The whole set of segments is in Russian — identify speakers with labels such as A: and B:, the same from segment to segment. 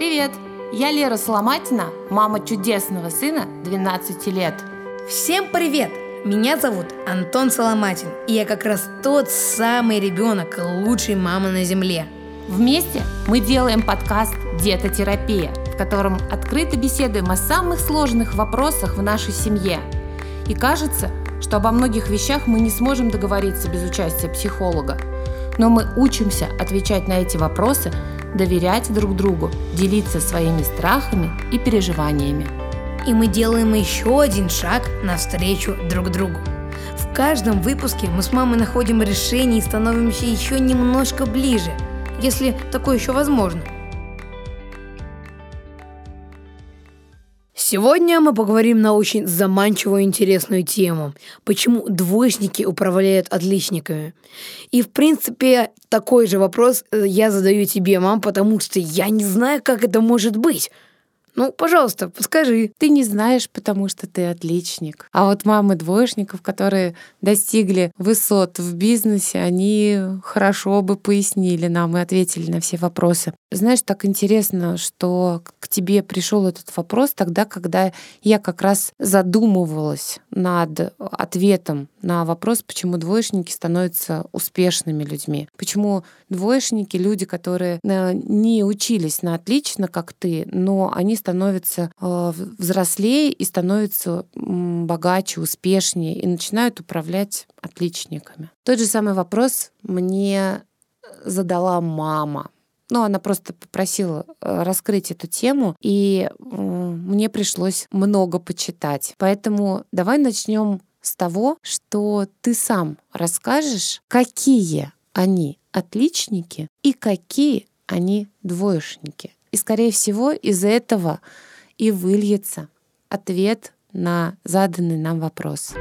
A: Привет! Я Лера Соломатина, мама чудесного сына 12 лет.
B: Всем привет! Меня зовут Антон Соломатин, и я как раз тот самый ребенок лучшей мамы на земле.
A: Вместе мы делаем подкаст «Детотерапия», в котором открыто беседуем о самых сложных вопросах в нашей семье. И кажется, что обо многих вещах мы не сможем договориться без участия психолога. Но мы учимся отвечать на эти вопросы, доверять друг другу, делиться своими страхами и переживаниями.
B: И мы делаем еще один шаг навстречу друг другу. В каждом выпуске мы с мамой находим решение и становимся еще немножко ближе, если такое еще возможно. Сегодня мы поговорим на очень заманчивую и интересную тему. Почему двоечники управляют отличниками? И в принципе такой же вопрос я задаю тебе, мам, потому что я не знаю, как это может быть. Ну, пожалуйста, подскажи.
A: Ты не знаешь, потому что ты отличник. А вот мамы двоечников, которые достигли высот в бизнесе, они хорошо бы пояснили нам и ответили на все вопросы. Знаешь, так интересно, что к тебе пришел этот вопрос тогда, когда я как раз задумывалась над ответом на вопрос, почему двоечники становятся успешными людьми. Почему двоечники — люди, которые не учились на отлично, как ты, но они становятся взрослее и становятся богаче, успешнее и начинают управлять отличниками. Тот же самый вопрос мне задала мама. Она просто попросила раскрыть эту тему, и мне пришлось много почитать. Поэтому давай начнем с того, что ты сам расскажешь, какие они отличники и какие они двоечники. И, скорее всего, из этого и выльется ответ на заданный нам вопрос.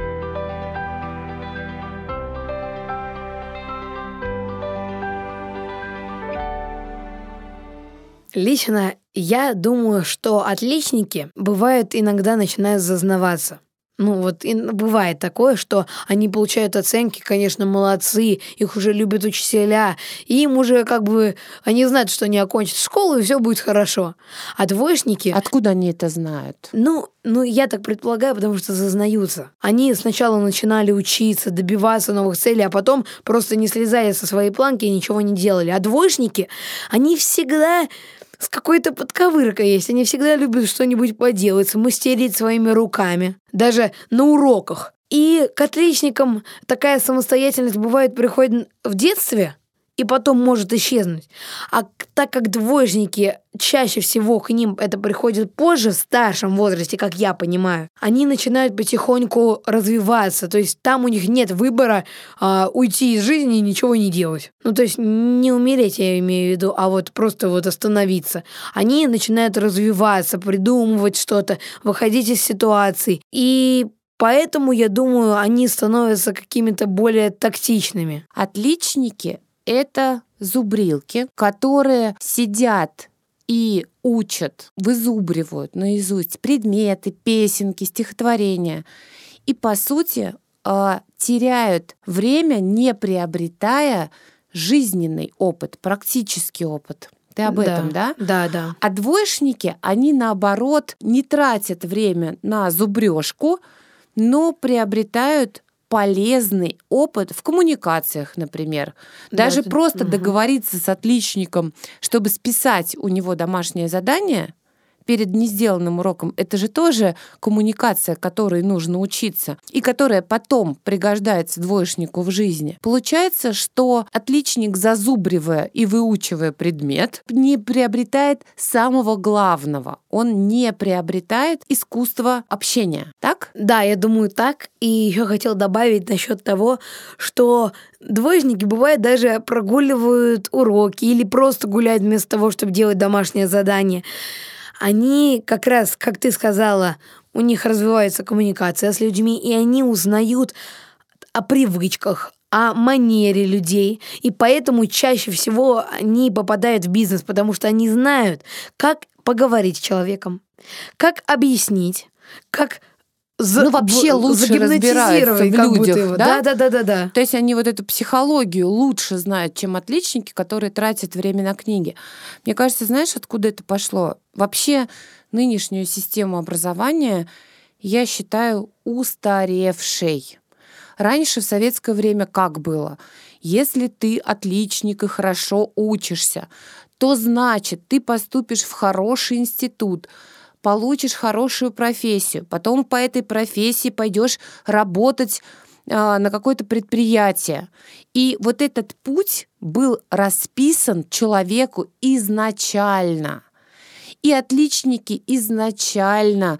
B: Лично я думаю, что отличники бывают иногда начинают зазнаваться. И бывает такое, что они получают оценки, конечно, молодцы, их уже любят учителя, и им уже они знают, что они окончат школу, и все будет хорошо. А двоечники...
A: Откуда они это знают?
B: Я так предполагаю, потому что зазнаются. Они сначала начинали учиться, добиваться новых целей, а потом просто не слезали со своей планки и ничего не делали. А двоечники, они всегда... с какой-то подковыркой есть. Они всегда любят что-нибудь поделать, смастерить своими руками. Даже на уроках. И к отличникам такая самостоятельность бывает приходит в детстве и потом может исчезнуть. А так как двоечники чаще всего к ним это приходит позже, в старшем возрасте, как я понимаю, они начинают потихоньку развиваться. То есть там у них нет выбора уйти из жизни и ничего не делать. То есть не умереть, я имею в виду, а просто остановиться. Они начинают развиваться, придумывать что-то, выходить из ситуаций. И поэтому, я думаю, они становятся какими-то более тактичными.
A: Отличники — это зубрилки, которые сидят и учат, вызубривают наизусть предметы, песенки, стихотворения. И, по сути, теряют время, не приобретая жизненный опыт, практический опыт. Ты об этом, да?
B: Да.
A: А двоечники, они, наоборот, не тратят время на зубрёжку, но приобретают полезный опыт в коммуникациях, например. Даже просто договориться с отличником, чтобы списать у него домашнее задание перед несделанным уроком, это же тоже коммуникация, которой нужно учиться, и которая потом пригождается двоечнику в жизни. Получается, что отличник, зазубривая и выучивая предмет, не приобретает самого главного. Он не приобретает искусство общения. Так?
B: Да, я думаю, так. И еще хотел добавить насчет того, что двоечники, бывает, даже прогуливают уроки или просто гуляют вместо того, чтобы делать домашнее задание. Они как раз, как ты сказала, у них развивается коммуникация с людьми, и они узнают о привычках, о манере людей. И поэтому чаще всего они попадают в бизнес, потому что они знают, как поговорить с человеком, как объяснить, как
A: вообще лучше разбираются в людях, да?
B: Да.
A: То есть они вот эту психологию лучше знают, чем отличники, которые тратят время на книги. Мне кажется, знаешь, откуда это пошло? Вообще нынешнюю систему образования я считаю устаревшей. Раньше в советское время как было? Если ты отличник и хорошо учишься, то значит, ты поступишь в хороший институт, получишь хорошую профессию, потом по этой профессии пойдешь работать на какое-то предприятие. И вот этот путь был расписан человеку изначально. И отличники изначально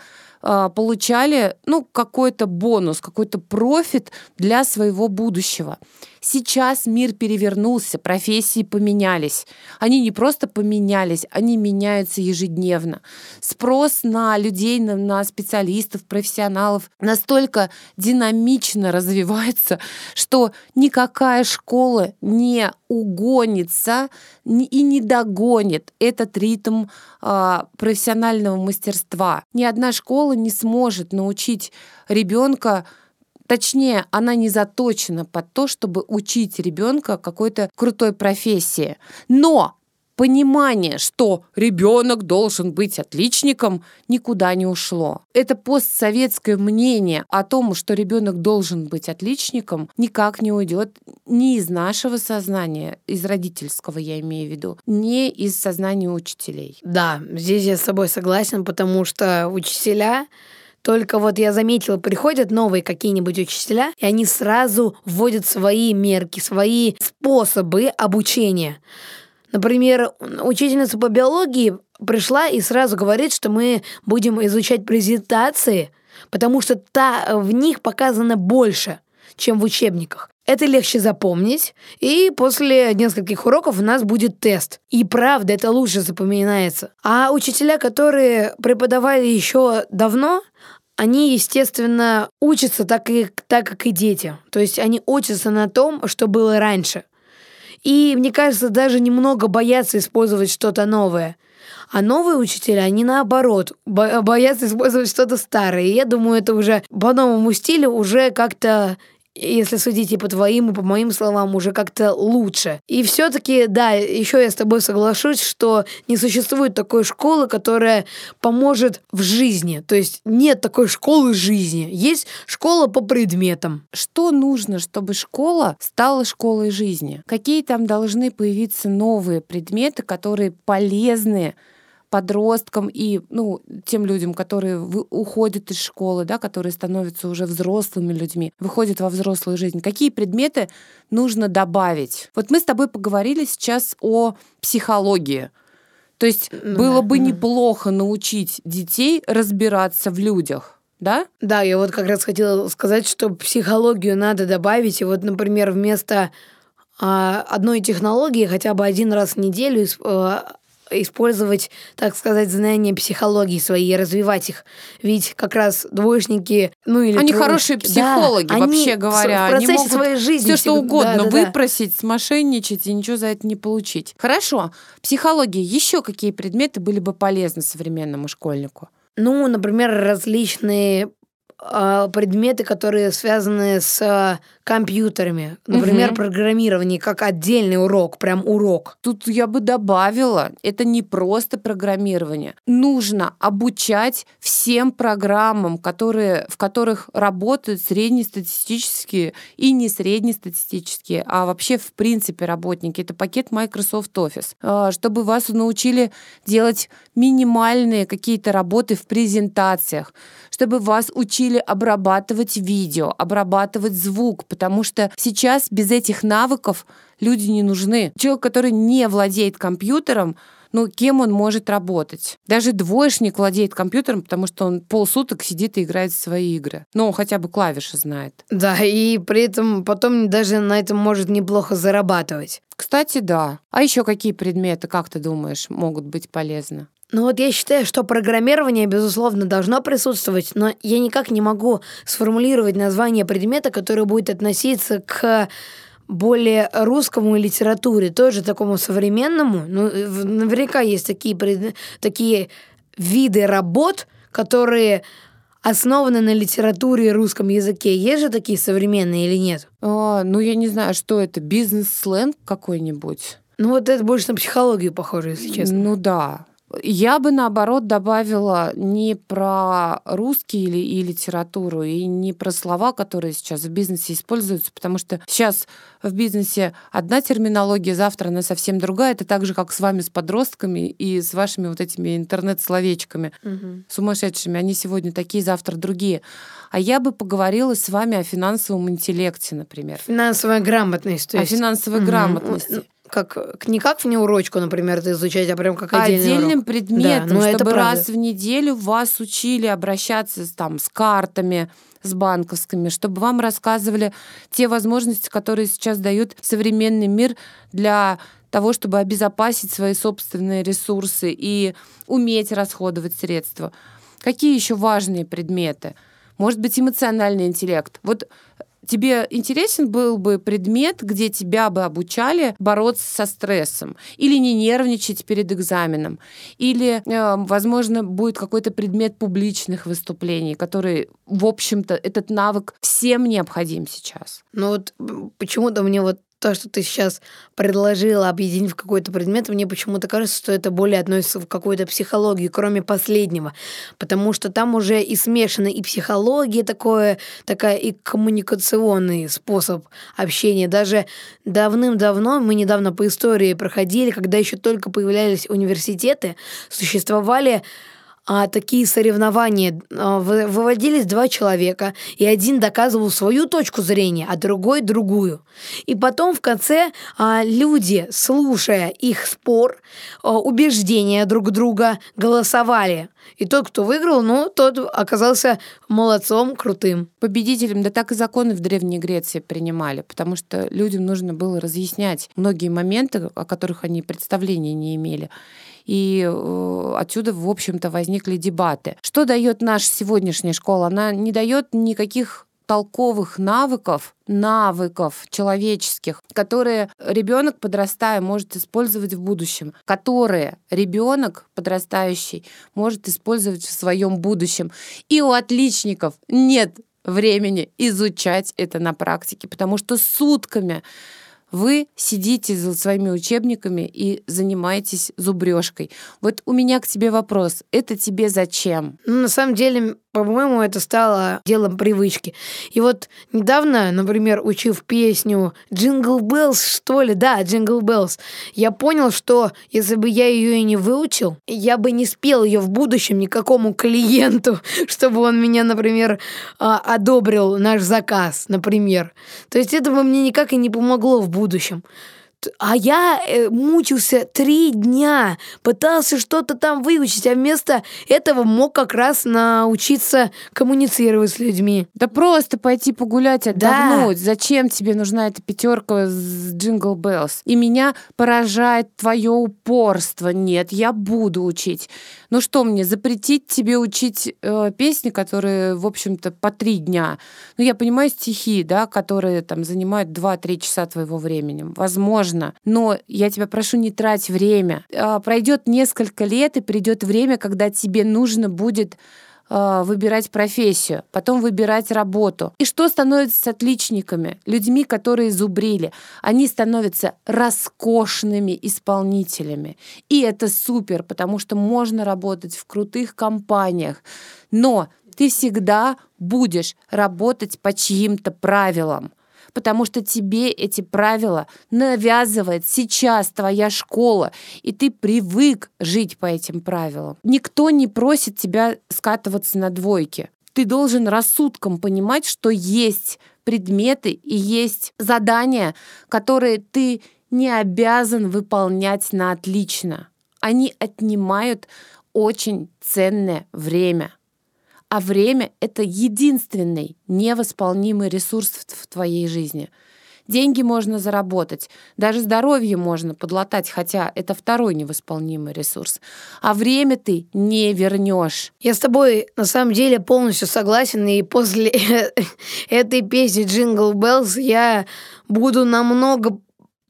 A: получали какой-то бонус, какой-то профит для своего будущего. Сейчас мир перевернулся, профессии поменялись. Они не просто поменялись, они меняются ежедневно. Спрос на людей, на специалистов, профессионалов настолько динамично развивается, что никакая школа не угонится и не догонит этот ритм профессионального мастерства. Ни одна школа не сможет научить ребенка, точнее, она не заточена под то, чтобы учить ребенка какой-то крутой профессии. Но понимание, что ребенок должен быть отличником, никуда не ушло. Это постсоветское мнение о том, что ребенок должен быть отличником, никак не уйдет ни из нашего сознания, из родительского я имею в виду, ни из сознания учителей.
B: Да, здесь я с тобой согласен, потому что учителя... Только вот я заметила, приходят новые какие-нибудь учителя, и они сразу вводят свои мерки, свои способы обучения. Например, учительница по биологии пришла и сразу говорит, что мы будем изучать презентации, потому что в них показано больше, чем в учебниках. Это легче запомнить, и после нескольких уроков у нас будет тест. И правда, это лучше запоминается. А учителя, которые преподавали еще давно, они, естественно, учатся так, как и дети. То есть они учатся на том, что было раньше. И, мне кажется, даже немного боятся использовать что-то новое. А новые учителя, они наоборот, боятся использовать что-то старое. И я думаю, это уже по новому стилю уже как-то, если судить и по твоим, и по моим словам, уже как-то лучше. И все-таки, да, еще я с тобой соглашусь, что не существует такой школы, которая поможет в жизни. То есть нет такой школы жизни. Есть школа по предметам.
A: Что нужно, чтобы школа стала школой жизни? Какие там должны появиться новые предметы, которые полезны подросткам и тем людям, которые уходят из школы, да, которые становятся уже взрослыми людьми, выходят во взрослую жизнь. Какие предметы нужно добавить? Вот мы с тобой поговорили сейчас о психологии. То есть было бы неплохо научить детей разбираться в людях. Да?
B: Да, я вот как раз хотела сказать, что психологию надо добавить. И вот, например, вместо одной технологии хотя бы один раз в неделю использовать, так сказать, знания психологии свои, развивать их. Ведь как раз двоечники, или
A: они хорошие психологи, да, вообще говоря.
B: В процессе
A: они могут
B: своей жизни
A: все что угодно выпросить, смошенничать и ничего за это не получить. Хорошо. Психология. Еще какие предметы были бы полезны современному школьнику?
B: Например, различные предметы, которые связаны с компьютерами. Например, программирование как отдельный урок, прям урок.
A: Тут я бы добавила, это не просто программирование. Нужно обучать всем программам, в которых работают среднестатистические и не среднестатистические, а вообще в принципе работники. Это пакет Microsoft Office. Чтобы вас научили делать минимальные какие-то работы в презентациях, чтобы вас учили обрабатывать видео, обрабатывать звук, потому что сейчас без этих навыков люди не нужны. Человек, который не владеет компьютером, кем он может работать? Даже двоечник владеет компьютером, потому что он полсуток сидит и играет в свои игры. Он хотя бы клавиши знает.
B: Да, и при этом потом даже на этом может неплохо зарабатывать.
A: Кстати, да. А еще какие предметы, как ты думаешь, могут быть полезны?
B: Я считаю, что программирование, безусловно, должно присутствовать, но я никак не могу сформулировать название предмета, который будет относиться к более русскому литературе, тоже такому современному. Наверняка есть такие виды работ, которые основаны на литературе и русском языке. Есть же такие современные или нет?
A: Ну, я не знаю, что это, бизнес-сленг какой-нибудь?
B: Ну, вот это больше на психологию похоже, если честно.
A: Ну да. Я бы, наоборот, добавила не про русский и литературу, и не про слова, которые сейчас в бизнесе используются, потому что сейчас в бизнесе одна терминология, завтра она совсем другая. Это так же, как с вами, с подростками и с вашими вот этими интернет-словечками сумасшедшими. Они сегодня такие, завтра другие. А я бы поговорила с вами о финансовом интеллекте, например.
B: Финансовая грамотность, то есть.
A: О финансовой грамотности.
B: Не как внеурочку, например, это изучать, а прям как отдельный урок.
A: Предметом,
B: Да,
A: чтобы
B: это
A: раз в неделю вас учили обращаться с картами, с банковскими, чтобы вам рассказывали те возможности, которые сейчас дают современный мир для того, чтобы обезопасить свои собственные ресурсы и уметь расходовать средства. Какие еще важные предметы? Может быть, эмоциональный интеллект. Вот тебе интересен был бы предмет, где тебя бы обучали бороться со стрессом, или не нервничать перед экзаменом, или, возможно, будет какой-то предмет публичных выступлений, который, в общем-то, этот навык всем необходим сейчас.
B: Ну вот почему-то мне вот то, что ты сейчас предложила объединить в какой-то предмет, мне почему-то кажется, что это более относится в какую-то психологию, кроме последнего. Потому что там уже и смешана и психология такая и коммуникационный способ общения. Даже давным-давно, мы недавно по истории проходили, когда еще только появлялись университеты, существовали такие соревнования. Выводились два человека, и один доказывал свою точку зрения, а другой другую. И потом в конце люди, слушая их спор, убеждения друг друга, голосовали. И тот, кто выиграл, тот оказался молодцом, крутым.
A: Победителем, да так и законы в Древней Греции принимали, потому что людям нужно было разъяснять многие моменты, о которых они представления не имели. И отсюда, в общем-то, возникли дебаты. Что дает наша сегодняшняя школа? Она не дает никаких толковых навыков человеческих, которые ребенок, подрастая, может использовать в будущем, которые ребенок, подрастающий, может использовать в своем будущем. И у отличников нет времени изучать это на практике, потому что сутками вы сидите за своими учебниками и занимаетесь зубрежкой. Вот у меня к тебе вопрос. Это тебе зачем?
B: На самом деле, по-моему, это стало делом привычки. И вот недавно, например, учив песню «Jingle Bells», что ли, да, «Jingle Bells», я понял, что если бы я ее и не выучил, я бы не спел ее в будущем никакому клиенту, чтобы он меня, например, одобрил наш заказ, например. То есть это бы мне никак и не помогло в будущем. А я мучился 3 дня, пытался что-то там выучить, а вместо этого мог как раз научиться коммуницировать с людьми.
A: Да просто пойти погулять, отдохнуть.
B: Да.
A: Зачем тебе нужна эта 5 с Jingle Bells? И меня поражает твое упорство. Нет, я буду учить. Ну что мне, запретить тебе учить песни, которые, в общем-то, по 3 дня? Ну, я понимаю стихи, да, которые там занимают 2-3 часа твоего времени. Возможно. Но я тебя прошу, не трать время. Пройдет несколько лет, и придет время, когда тебе нужно будет выбирать профессию, потом выбирать работу. И что становится с отличниками? Людьми, которые зубрили. Они становятся роскошными исполнителями. И это супер, потому что можно работать в крутых компаниях. Но ты всегда будешь работать по чьим-то правилам. Потому что тебе эти правила навязывает сейчас твоя школа, и ты привык жить по этим правилам. Никто не просит тебя скатываться на двойки. Ты должен рассудком понимать, что есть предметы и есть задания, которые ты не обязан выполнять на отлично. Они отнимают очень ценное время. А время — это единственный невосполнимый ресурс в твоей жизни. Деньги можно заработать, даже здоровье можно подлатать, хотя это второй невосполнимый ресурс. А время ты не вернешь.
B: Я с тобой на самом деле полностью согласен, и после этой песни «Jingle Bells» я буду намного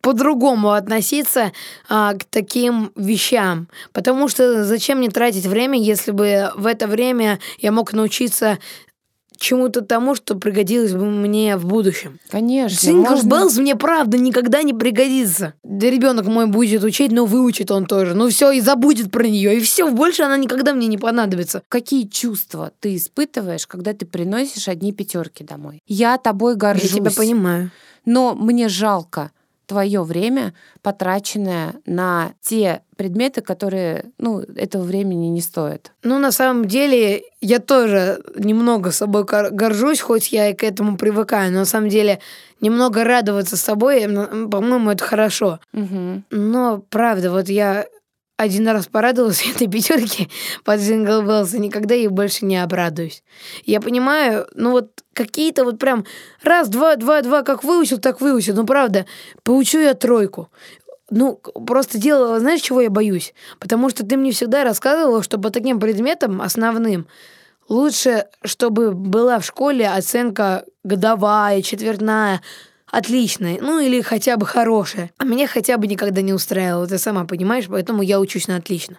B: по-другому относиться к таким вещам. Потому что зачем мне тратить время, если бы в это время я мог научиться чему-то тому, что пригодилось бы мне в будущем.
A: Конечно.
B: Джингл Беллс мне правда никогда не пригодится. Да ребенок мой будет учить, но выучит он тоже. Ну все, и забудет про нее, и все, больше она никогда мне не понадобится.
A: Какие чувства ты испытываешь, когда ты приносишь одни пятерки домой? Я тобой горжусь.
B: Я тебя понимаю.
A: Но мне жалко твое время, потраченное на те предметы, которые, этого времени не стоят.
B: На самом деле, я тоже немного собой горжусь, хоть я и к этому привыкаю, но на самом деле немного радоваться собой, по-моему, это хорошо.
A: Угу.
B: Но, правда, вот я один раз порадовалась этой пятерке под Jingle Bells, и никогда ей больше не обрадуюсь. Я понимаю, какие-то вот прям раз, два, как выучил, так выучил. Правда, поучу я тройку. Просто дело, знаешь, чего я боюсь? Потому что ты мне всегда рассказывала, что по таким предметам основным лучше, чтобы была в школе оценка годовая, четвертная, отличная, или хотя бы хорошая. А меня хотя бы никогда не устраивало, ты сама понимаешь, поэтому я учусь на отлично.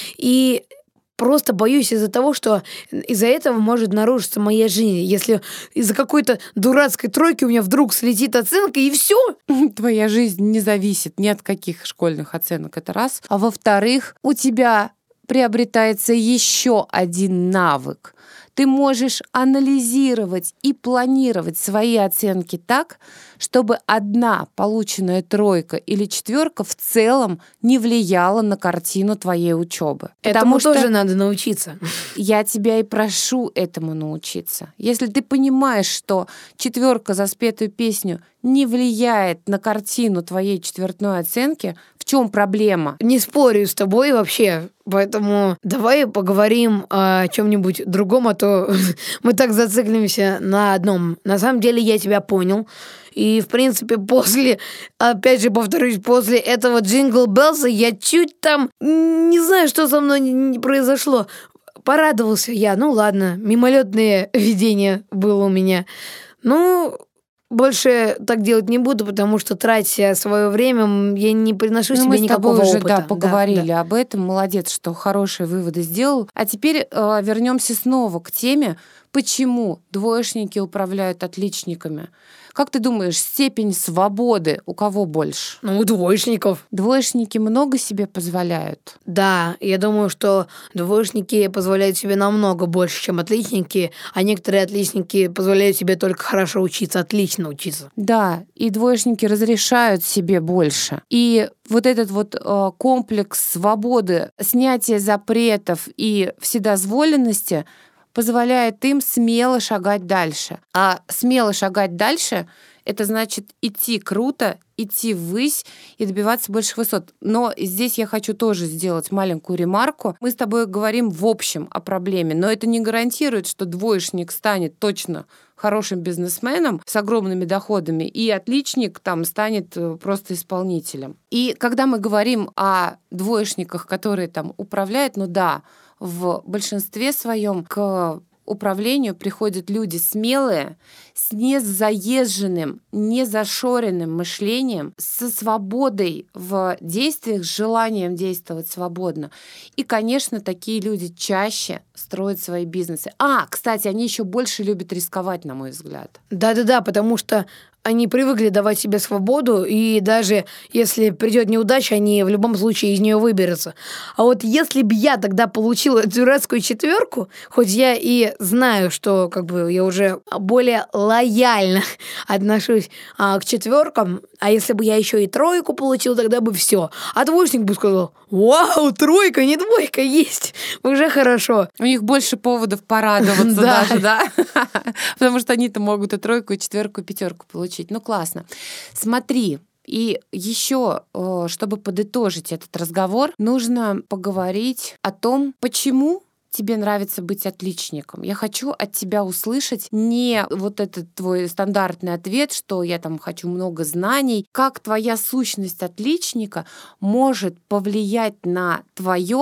B: И просто боюсь из-за того, что из-за этого может нарушиться моя жизнь. Если из-за какой-то дурацкой тройки у меня вдруг слетит оценка, и все.
A: Твоя жизнь не зависит ни от каких школьных оценок, это раз. А во-вторых, у тебя приобретается еще один навык. Ты можешь анализировать и планировать свои оценки так, чтобы одна полученная тройка или четверка в целом не влияла на картину твоей учебы.
B: Этому тоже надо научиться.
A: Я тебя и прошу этому научиться. Если ты понимаешь, что четверка за спетую песню не влияет на картину твоей четвертной оценки, в чем проблема?
B: Не спорю с тобой вообще, поэтому давай поговорим о чем-нибудь другом, а то мы так зациклимся на одном. На самом деле я тебя понял. И, в принципе, опять же повторюсь, после этого Jingle Bells я чуть там, не знаю, что со мной не произошло. Порадовался я, ладно, мимолетное видение было у меня. Больше так делать не буду, потому что, тратя свое время, я не приношу себе никакого опыта.
A: Мы с тобой уже поговорили об этом. Молодец, что хорошие выводы сделал. А теперь вернемся снова к теме, почему двоечники управляют отличниками. Как ты думаешь, степень свободы у кого больше?
B: У двоечников.
A: Двоечники много себе позволяют?
B: Да, я думаю, что двоечники позволяют себе намного больше, чем отличники, а некоторые отличники позволяют себе только хорошо учиться, отлично учиться.
A: Да, и двоечники разрешают себе больше. И вот этот комплекс свободы, снятие запретов и вседозволенности позволяет им смело шагать дальше. А смело шагать дальше — это значит идти круто, идти ввысь и добиваться больших высот. Но здесь я хочу тоже сделать маленькую ремарку. Мы с тобой говорим в общем о проблеме, но это не гарантирует, что двоечник станет точно хорошим бизнесменом с огромными доходами, и отличник станет просто исполнителем. И когда мы говорим о двоечниках, которые управляют, в большинстве своем к управлению приходят люди смелые, с незаезженным, незашоренным мышлением, со свободой в действиях, с желанием действовать свободно. И, конечно, такие люди чаще строят свои бизнесы. Кстати, они еще больше любят рисковать, на мой взгляд.
B: Да, потому что они привыкли давать себе свободу, и даже если придет неудача, они в любом случае из нее выберутся. А вот если бы я тогда получила дурацкую четверку, хоть я и знаю, что я уже более лояльно отношусь к четверкам, а если бы я еще и тройку получил, тогда бы все. А двоечник бы сказал: вау, тройка, не двойка, есть, уже хорошо.
A: У них больше поводов порадоваться даже, да? Потому что они-то могут и тройку, и четверку, и пятерку получить. Классно. Смотри, и еще, чтобы подытожить этот разговор, нужно поговорить о том, почему тебе нравится быть отличником. Я хочу от тебя услышать не вот этот твой стандартный ответ, что я хочу много знаний. Как твоя сущность отличника может повлиять на твое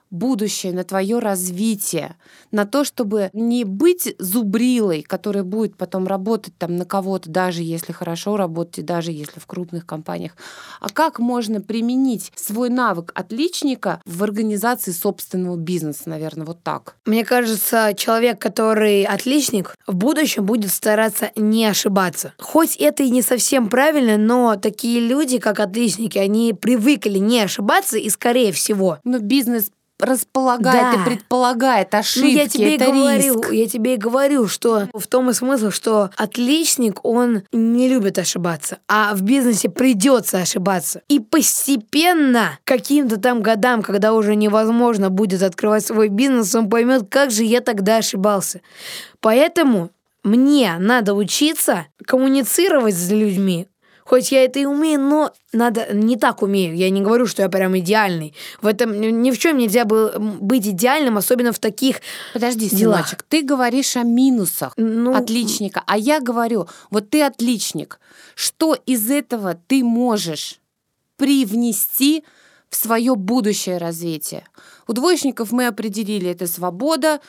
A: будущее, на твое развитие, на то, чтобы не быть зубрилой, которая будет потом работать там на кого-то, даже если хорошо работать, даже если в крупных компаниях, а как можно применить свой навык отличника в организации собственного бизнеса, наверное, вот так.
B: Мне кажется, человек, который отличник, в будущем будет стараться не ошибаться. Хоть это и не совсем правильно, но такие люди, как отличники, они привыкли не ошибаться и, скорее всего...
A: Но бизнес располагает и предполагает ошибки,
B: я тебе
A: это риск.
B: Я тебе и говорю, что в том и смысл, что отличник, он не любит ошибаться, а в бизнесе придется ошибаться. И постепенно, к каким-то там годам, когда уже невозможно будет открывать свой бизнес, он поймет, как же я тогда ошибался. Поэтому мне надо учиться коммуницировать с людьми. Хоть я это и умею, но не так умею. Я не говорю, что я прям идеальный. В этом ни в чем нельзя было быть идеальным, особенно в таких
A: Подожди,
B: делах.
A: сыночек, ты говоришь о минусах отличника, а я говорю, вот ты отличник. Что из этого ты можешь привнести в свое будущее развитие? У двоечников мы определили, это свобода,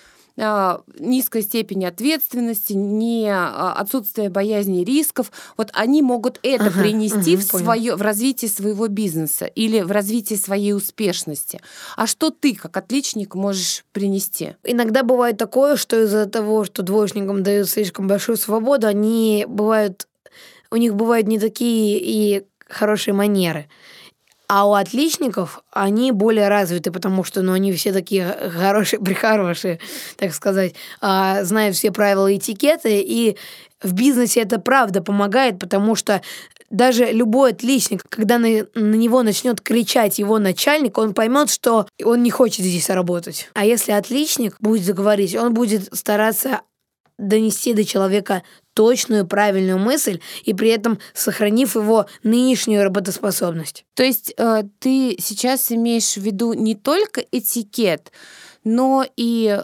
A: низкая степень ответственности, отсутствие боязни рисков. Вот они могут это принести в развитие своего бизнеса или в развитие своей успешности. А что ты, как отличник, можешь принести?
B: Иногда бывает такое, что из-за того, что двоечникам дают слишком большую свободу, у них бывают не такие и хорошие манеры. А у отличников они более развиты, потому что они все такие хорошие, так сказать, знают все правила этикета, и в бизнесе это правда помогает, потому что даже любой отличник, когда на него начнет кричать его начальник, он поймет, что он не хочет здесь работать. А если отличник будет говорить, он будет стараться донести до человека точную, правильную мысль и при этом сохранив его нынешнюю работоспособность.
A: То есть ты сейчас имеешь в виду не только этикет, но и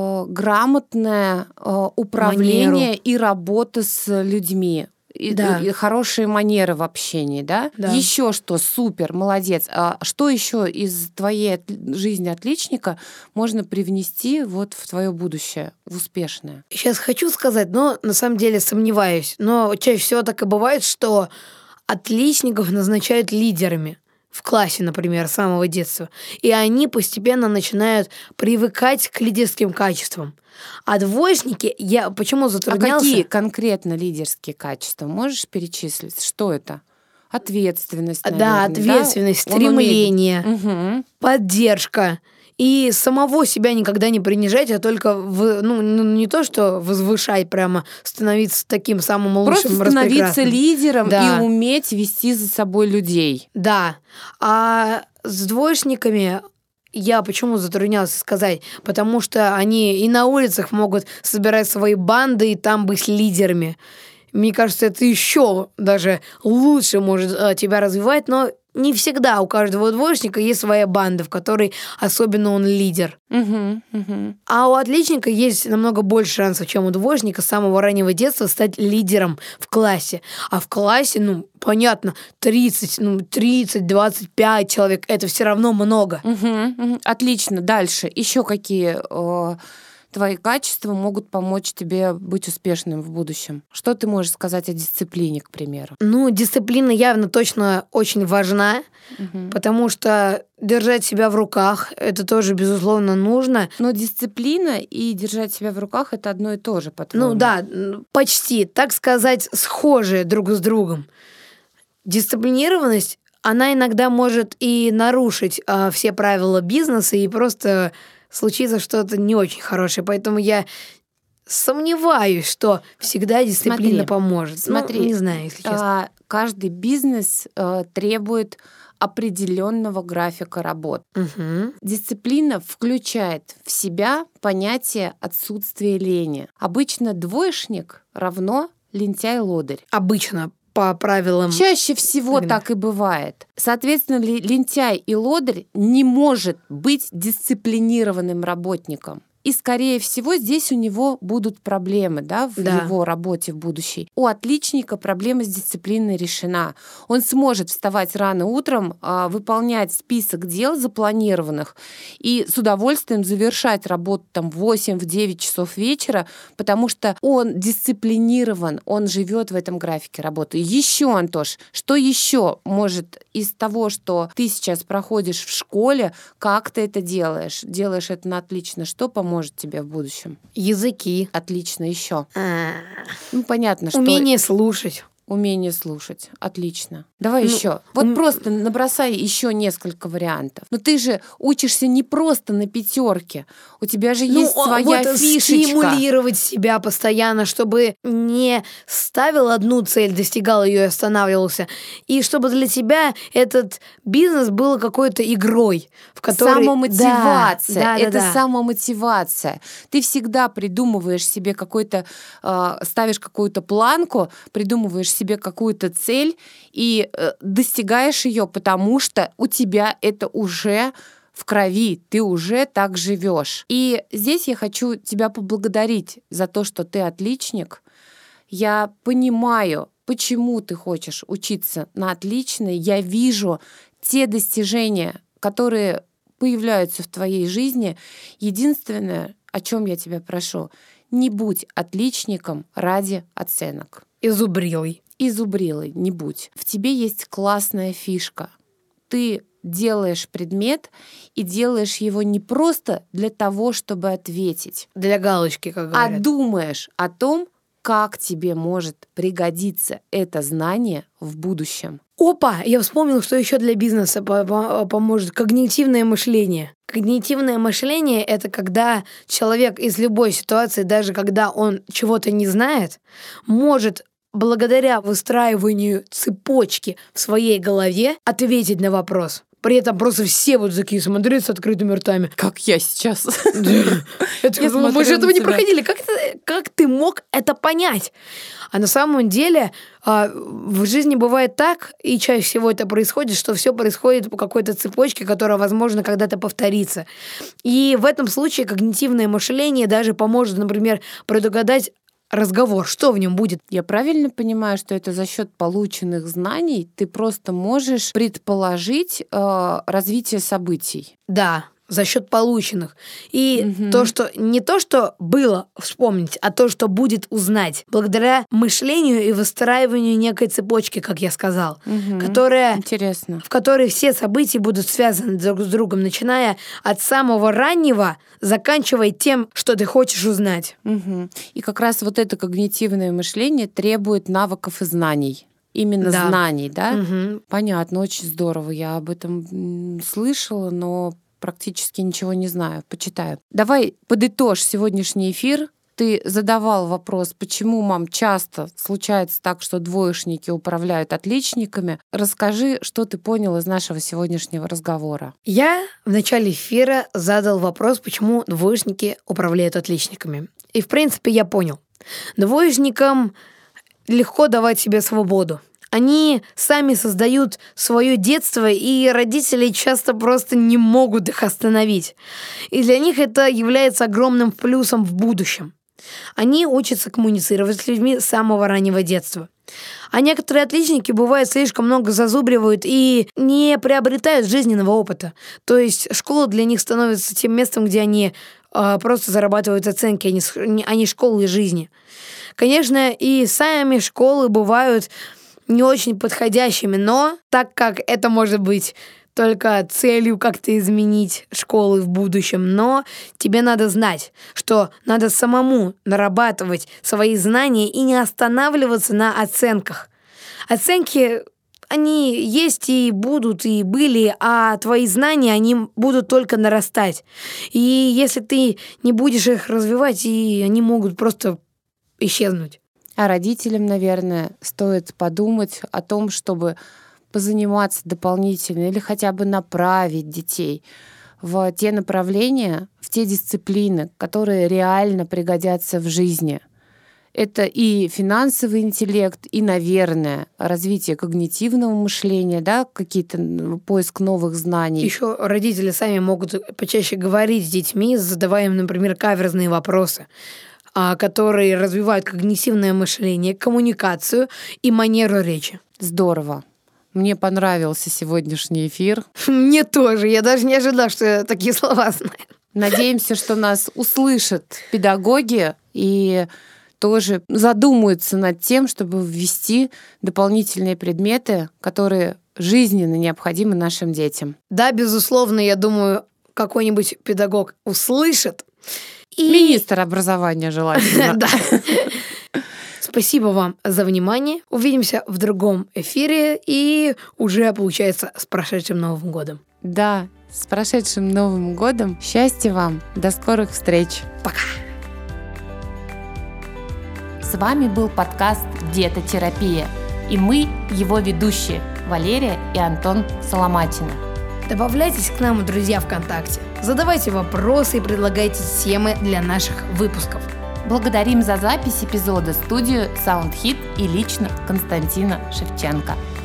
A: грамотное управление и работа с людьми. И хорошие манеры в общении, да? Еще что, супер, молодец. А что еще из твоей жизни отличника можно привнести вот в твое будущее, в успешное?
B: Сейчас хочу сказать, но на самом деле сомневаюсь. Но чаще всего так и бывает, что отличников назначают лидерами в классе, например, с самого детства. И они постепенно начинают привыкать к лидерским качествам. А двоечники, я почему затруднялся?
A: А какие конкретно лидерские качества? Можешь перечислить? Что это? Ответственность, наверное,
B: ответственность, стремление, поддержка. И самого себя никогда не принижать, а только не то, что возвышать прямо, становиться таким самым лучшим,
A: просто становиться лидером и уметь вести за собой людей.
B: Да. А с двоечниками я почему затруднялся сказать? Потому что они и на улицах могут собирать свои банды и там быть лидерами. Мне кажется, это еще даже лучше может тебя развивать, но не всегда у каждого двоечника есть своя банда, в которой особенно он лидер. А у отличника есть намного больше шансов, чем у двоечника с самого раннего детства стать лидером в классе. А в классе, понятно, 30-25 человек, это все равно много.
A: Отлично, дальше. Еще какие твои качества могут помочь тебе быть успешным в будущем? Что ты можешь сказать о дисциплине, к примеру?
B: Дисциплина явно точно очень важна, потому что держать себя в руках — это тоже, безусловно, нужно.
A: Но дисциплина и держать себя в руках — это одно и то же, по-твоему?
B: Почти, так сказать, схожие друг с другом. Дисциплинированность, она иногда может и нарушить все правила бизнеса и просто случится что-то не очень хорошее. Поэтому я сомневаюсь, что всегда дисциплина поможет.
A: Смотри,
B: не знаю, если честно.
A: Каждый бизнес требует определенного графика работ. Дисциплина включает в себя понятие отсутствия лени. Обычно двоечник равно лентяй-лодырь.
B: Обычно. По правилам.
A: Чаще всего так и бывает. Соответственно, лентяй и лодырь не может быть дисциплинированным работником. И, скорее всего, здесь у него будут проблемы, да, в его работе в будущей. У отличника проблема с дисциплиной решена. Он сможет вставать рано утром, выполнять список дел запланированных и с удовольствием завершать работу там в 8-9 часов вечера, потому что он дисциплинирован, он живет в этом графике работы. Еще, Антош, что еще может из того, что ты сейчас проходишь в школе, как ты это делаешь? Делаешь это на отлично. Что поможет тебе в будущем?
B: Языки.
A: Отлично, еще. Ну, понятно, что...
B: Умение слушать.
A: Умение слушать. Отлично. Давай еще. Вот просто набросай еще несколько вариантов. Но ты же учишься не просто на 5. У тебя же есть своя фишечка.
B: Стимулировать себя постоянно, чтобы не ставил одну цель, достигал ее и останавливался. И чтобы для тебя этот бизнес был какой-то игрой, в которой...
A: Самомотивация. Это самомотивация. Ты всегда придумываешь себе какой-то... ставишь какую-то планку, придумываешь себе какую-то цель и достигаешь ее, потому что у тебя это уже в крови, ты уже так живешь. И здесь я хочу тебя поблагодарить за то, что ты отличник. Я понимаю, почему ты хочешь учиться на отличной. Я вижу те достижения, которые появляются в твоей жизни. Единственное, о чем я тебя прошу, не будь отличником ради оценок. Изубрилой не будь. В тебе есть классная фишка. Ты делаешь предмет и делаешь его не просто для того, чтобы ответить.
B: Для галочки, как говорят.
A: А думаешь о том, как тебе может пригодиться это знание в будущем.
B: Опа! Я вспомнил, что еще для бизнеса поможет когнитивное мышление. Когнитивное мышление — это когда человек из любой ситуации, даже когда он чего-то не знает, может благодаря выстраиванию цепочки в своей голове ответить на вопрос. При этом просто все вот такие смотрят с открытыми ртами.
A: Как я сейчас.
B: Мы же этого не проходили. Как ты мог это понять? А на самом деле в жизни бывает так, и чаще всего это происходит, что все происходит по какой-то цепочке, которая, возможно, когда-то повторится. И в этом случае когнитивное мышление даже поможет, например, предугадать разговор, что в нем будет.
A: Я правильно понимаю, что это за счет полученных знаний ты просто можешь предположить развитие событий?
B: Да, за счет полученных. И то, что не то, что было вспомнить, а то, что будет узнать. Благодаря мышлению и выстраиванию некой цепочки, как я сказал,
A: Интересно.
B: в которой все события будут связаны друг с другом, начиная от самого раннего, заканчивая тем, что ты хочешь узнать.
A: И как раз вот это когнитивное мышление требует навыков и знаний. Именно знаний, да? Понятно, очень здорово. Я об этом слышала, но практически ничего не знаю. Почитаю. Давай подытожь сегодняшний эфир. Ты задавал вопрос, почему, мам, часто случается так, что двоечники управляют отличниками. Расскажи, что ты понял из нашего сегодняшнего разговора.
B: Я в начале эфира задал вопрос, почему двоечники управляют отличниками. И, в принципе, я понял. Двоечникам легко давать себе свободу. Они сами создают свое детство, и родители часто просто не могут их остановить. И для них это является огромным плюсом в будущем. Они учатся коммуницировать с людьми с самого раннего детства. А некоторые отличники, бывает, слишком много зазубривают и не приобретают жизненного опыта. То есть школа для них становится тем местом, где они просто зарабатывают оценки, а не школой жизни. Конечно, и сами школы бывают не очень подходящими, но так как это может быть только целью как-то изменить школы в будущем, но тебе надо знать, что надо самому нарабатывать свои знания и не останавливаться на оценках. Оценки, они есть и будут, и были, а твои знания, они будут только нарастать. И если ты не будешь их развивать, и они могут просто исчезнуть.
A: А родителям, наверное, стоит подумать о том, чтобы позаниматься дополнительно или хотя бы направить детей в те направления, в те дисциплины, которые реально пригодятся в жизни. Это и финансовый интеллект, и, наверное, развитие когнитивного мышления, да, какие-то поиск новых знаний.
B: Еще родители сами могут почаще говорить с детьми, задавая им, например, каверзные вопросы, которые развивают когнитивное мышление, коммуникацию и манеру речи.
A: Здорово. Мне понравился сегодняшний эфир.
B: Мне тоже. Я даже не ожидала, что я такие слова знаю.
A: Надеемся, что нас услышат педагоги и тоже задумаются над тем, чтобы ввести дополнительные предметы, которые жизненно необходимы нашим детям.
B: Да, безусловно, я думаю, какой-нибудь педагог услышит.
A: Министр образования желательно.
B: Да. Спасибо вам за внимание. Увидимся в другом эфире и уже, получается, с прошедшим Новым годом.
A: Да, с прошедшим Новым годом. Счастья вам. До скорых встреч.
B: Пока.
A: С вами был подкаст «Детотерапия». И мы его ведущие Валерия и Антон Соломатины.
B: Добавляйтесь к нам, друзья, ВКонтакте. Задавайте вопросы и предлагайте темы для наших выпусков.
A: Благодарим за запись эпизода студию SoundHit и лично Константина Шевченко.